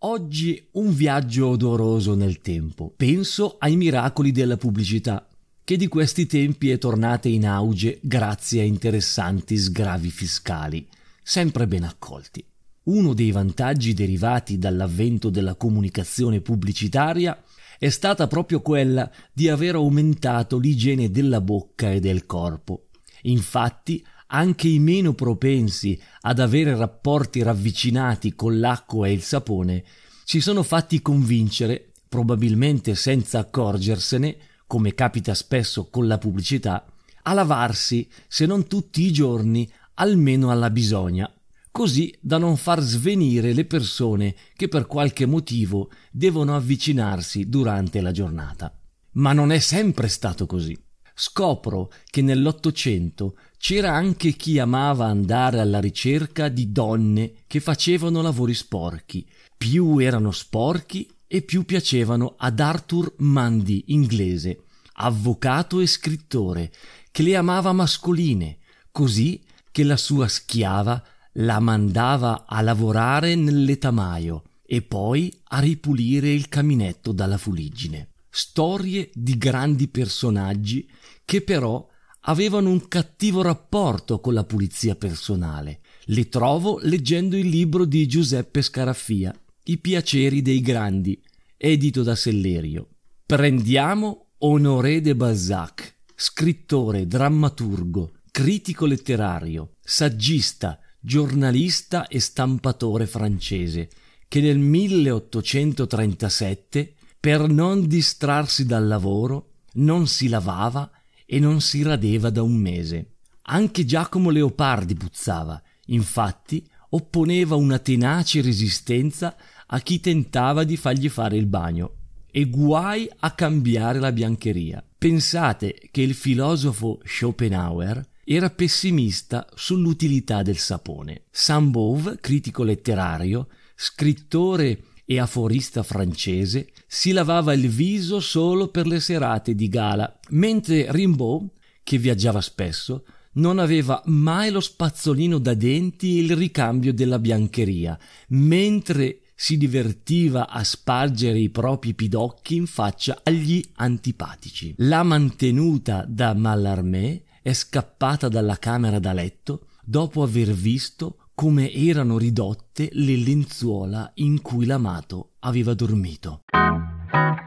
Oggi un viaggio odoroso nel tempo. Penso ai miracoli della pubblicità, che di questi tempi è tornata in auge grazie a interessanti sgravi fiscali, sempre ben accolti. Uno dei vantaggi derivati dall'avvento della comunicazione pubblicitaria è stata proprio quella di aver aumentato l'igiene della bocca e del corpo. Infatti, anche i meno propensi ad avere rapporti ravvicinati con l'acqua e il sapone si sono fatti convincere, probabilmente senza accorgersene, come capita spesso con la pubblicità, a lavarsi, se non tutti i giorni, almeno alla bisogna, così da non far svenire le persone che per qualche motivo devono avvicinarsi durante la giornata. Ma non è sempre stato così. Scopro che nell'Ottocento c'era anche chi amava andare alla ricerca di donne che facevano lavori sporchi. Più erano sporchi e più piacevano ad Arthur Mundy, inglese, avvocato e scrittore, che le amava mascoline, così che la sua schiava la mandava a lavorare nel letamaio e poi a ripulire il caminetto dalla fuliggine. Storie di grandi personaggi che però avevano un cattivo rapporto con la pulizia personale. Le trovo leggendo il libro di Giuseppe Scaraffia, I piaceri dei grandi, edito da Sellerio. Prendiamo Honoré de Balzac, scrittore, drammaturgo, critico letterario, saggista, giornalista e stampatore francese, che nel 1837, per non distrarsi dal lavoro, non si lavava e non si radeva da un mese. Anche Giacomo Leopardi puzzava, infatti opponeva una tenace resistenza a chi tentava di fargli fare il bagno, e guai a cambiare la biancheria. Pensate che il filosofo Schopenhauer era pessimista sull'utilità del sapone. Sainte-Beuve, critico letterario, scrittore e aforista francese, si lavava il viso solo per le serate di gala, mentre Rimbaud, che viaggiava spesso, non aveva mai lo spazzolino da denti e il ricambio della biancheria, mentre si divertiva a spargere i propri pidocchi in faccia agli antipatici. La mantenuta da Mallarmé è scappata dalla camera da letto dopo aver visto come erano ridotte le lenzuola in cui l'amato aveva dormito.